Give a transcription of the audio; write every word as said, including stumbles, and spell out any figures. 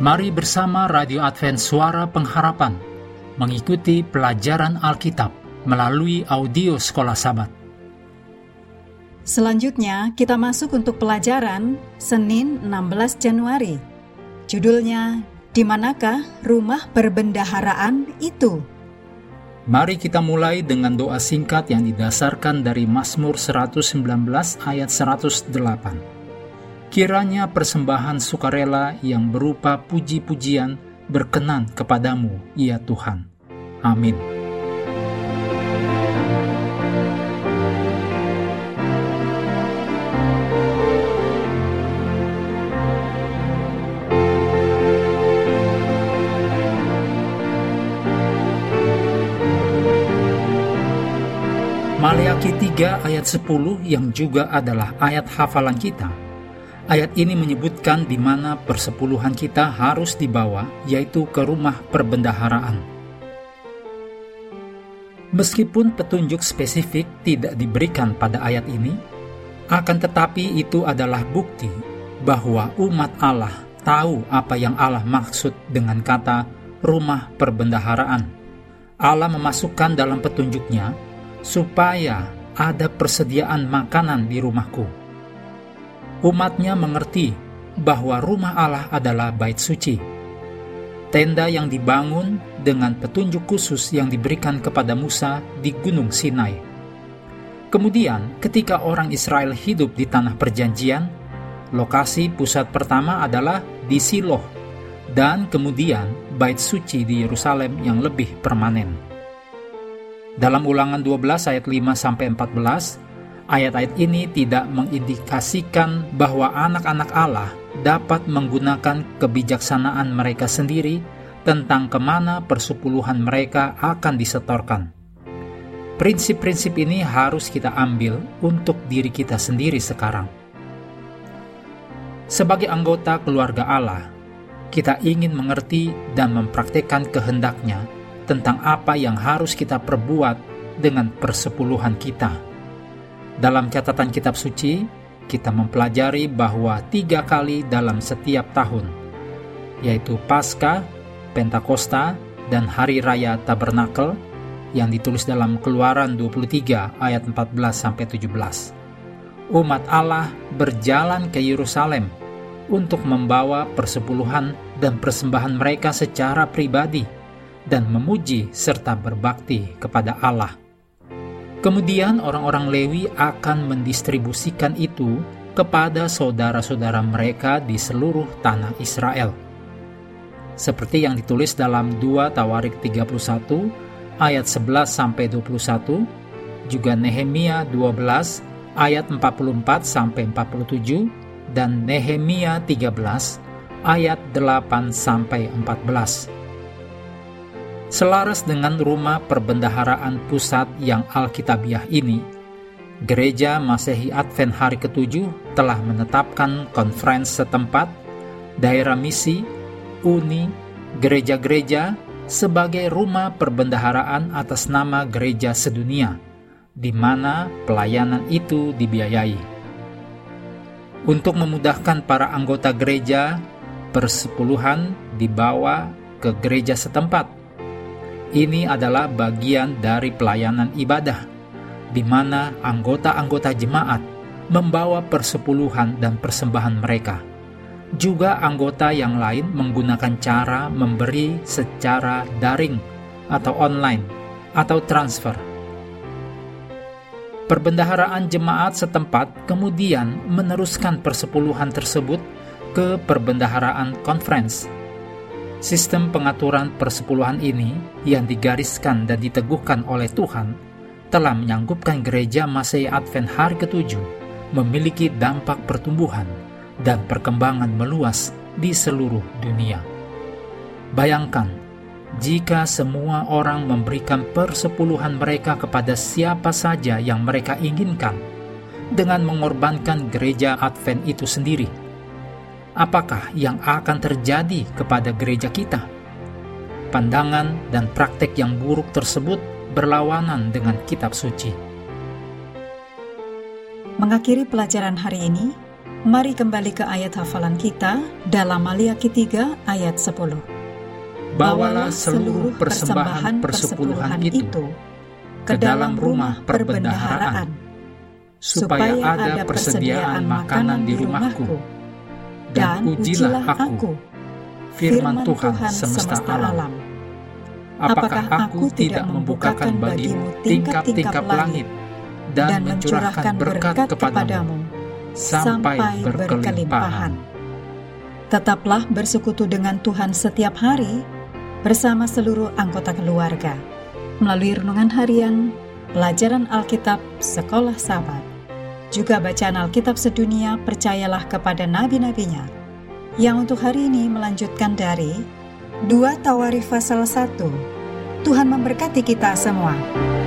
Mari bersama Radio Advent Suara Pengharapan mengikuti pelajaran Alkitab melalui audio Sekolah Sabat. Selanjutnya kita masuk untuk pelajaran Senin enam belas Januari. Judulnya, Di manakah rumah perbendaharaan itu? Mari kita mulai dengan doa singkat yang didasarkan dari Mazmur seratus sembilan belas ayat seratus delapan. Kiranya persembahan sukarela yang berupa puji-pujian berkenan kepadamu, ya Tuhan. Amin. Maleakhi tiga ayat sepuluh yang juga adalah ayat hafalan kita. Ayat ini menyebutkan di mana persepuluhan kita harus dibawa, yaitu ke rumah perbendaharaan. Meskipun petunjuk spesifik tidak diberikan pada ayat ini, akan tetapi itu adalah bukti bahwa umat Allah tahu apa yang Allah maksud dengan kata rumah perbendaharaan. Allah memasukkan dalam petunjuknya supaya ada persediaan makanan di rumahku. Umatnya mengerti bahwa rumah Allah adalah bait suci, tenda yang dibangun dengan petunjuk khusus yang diberikan kepada Musa di Gunung Sinai. Kemudian, ketika orang Israel hidup di tanah perjanjian, lokasi pusat pertama adalah di Siloh, dan kemudian bait suci di Yerusalem yang lebih permanen. Dalam Ulangan dua belas ayat lima sampai empat belas, ayat-ayat ini tidak mengindikasikan bahwa anak-anak Allah dapat menggunakan kebijaksanaan mereka sendiri tentang kemana persepuluhan mereka akan disetorkan. Prinsip-prinsip ini harus kita ambil untuk diri kita sendiri sekarang. Sebagai anggota keluarga Allah, kita ingin mengerti dan mempraktikkan kehendaknya tentang apa yang harus kita perbuat dengan persepuluhan kita. Dalam catatan kitab suci, kita mempelajari bahwa tiga kali dalam setiap tahun, yaitu Paskah, Pentakosta, dan Hari Raya Tabernakel, yang ditulis dalam Keluaran dua puluh tiga ayat empat belas sampai tujuh belas. Umat Allah berjalan ke Yerusalem untuk membawa persepuluhan dan persembahan mereka secara pribadi dan memuji serta berbakti kepada Allah. Kemudian orang-orang Lewi akan mendistribusikan itu kepada saudara-saudara mereka di seluruh tanah Israel. Seperti yang ditulis dalam dua Tawarik tiga puluh satu ayat sebelas sampai dua puluh satu, juga Nehemia dua belas ayat empat puluh empat sampai empat puluh tujuh, dan Nehemia tiga belas ayat delapan sampai empat belas. Selaras dengan rumah perbendaharaan pusat yang alkitabiah ini, Gereja Masehi Advent Hari ketujuh telah menetapkan konferensi setempat, daerah misi, uni, gereja-gereja sebagai rumah perbendaharaan atas nama gereja sedunia, di mana pelayanan itu dibiayai. Untuk memudahkan para anggota gereja, persepuluhan dibawa ke gereja setempat. Ini adalah bagian dari pelayanan ibadah, di mana anggota-anggota jemaat membawa persepuluhan dan persembahan mereka. Juga anggota yang lain menggunakan cara memberi secara daring atau online atau transfer. Perbendaharaan jemaat setempat kemudian meneruskan persepuluhan tersebut ke perbendaharaan conference. Sistem pengaturan persepuluhan ini yang digariskan dan diteguhkan oleh Tuhan telah menyanggupkan Gereja Masehi Advent Hari ketujuh memiliki dampak pertumbuhan dan perkembangan meluas di seluruh dunia. Bayangkan, jika semua orang memberikan persepuluhan mereka kepada siapa saja yang mereka inginkan dengan mengorbankan Gereja Advent itu sendiri, apakah yang akan terjadi kepada gereja kita? Pandangan dan praktek yang buruk tersebut berlawanan dengan kitab suci. Mengakhiri pelajaran hari ini, Mari kembali ke ayat hafalan kita dalam Maliaki tiga ayat sepuluh. Bawalah seluruh persembahan persepuluhan itu ke dalam rumah perbendaharaan, supaya ada persediaan makanan di rumahku, dan ujilah aku, firman Tuhan semesta alam. Apakah aku tidak membukakan bagimu tingkap-tingkap langit dan mencurahkan berkat kepadamu sampai berkelimpahan? Tetaplah bersekutu dengan Tuhan setiap hari bersama seluruh anggota keluarga melalui renungan harian, pelajaran Alkitab, sekolah sahabat, juga bacaan Alkitab sedunia, percayalah kepada nabi-nabinya, yang untuk hari ini melanjutkan dari dua Tawarikh pasal satu. Tuhan memberkati kita semua.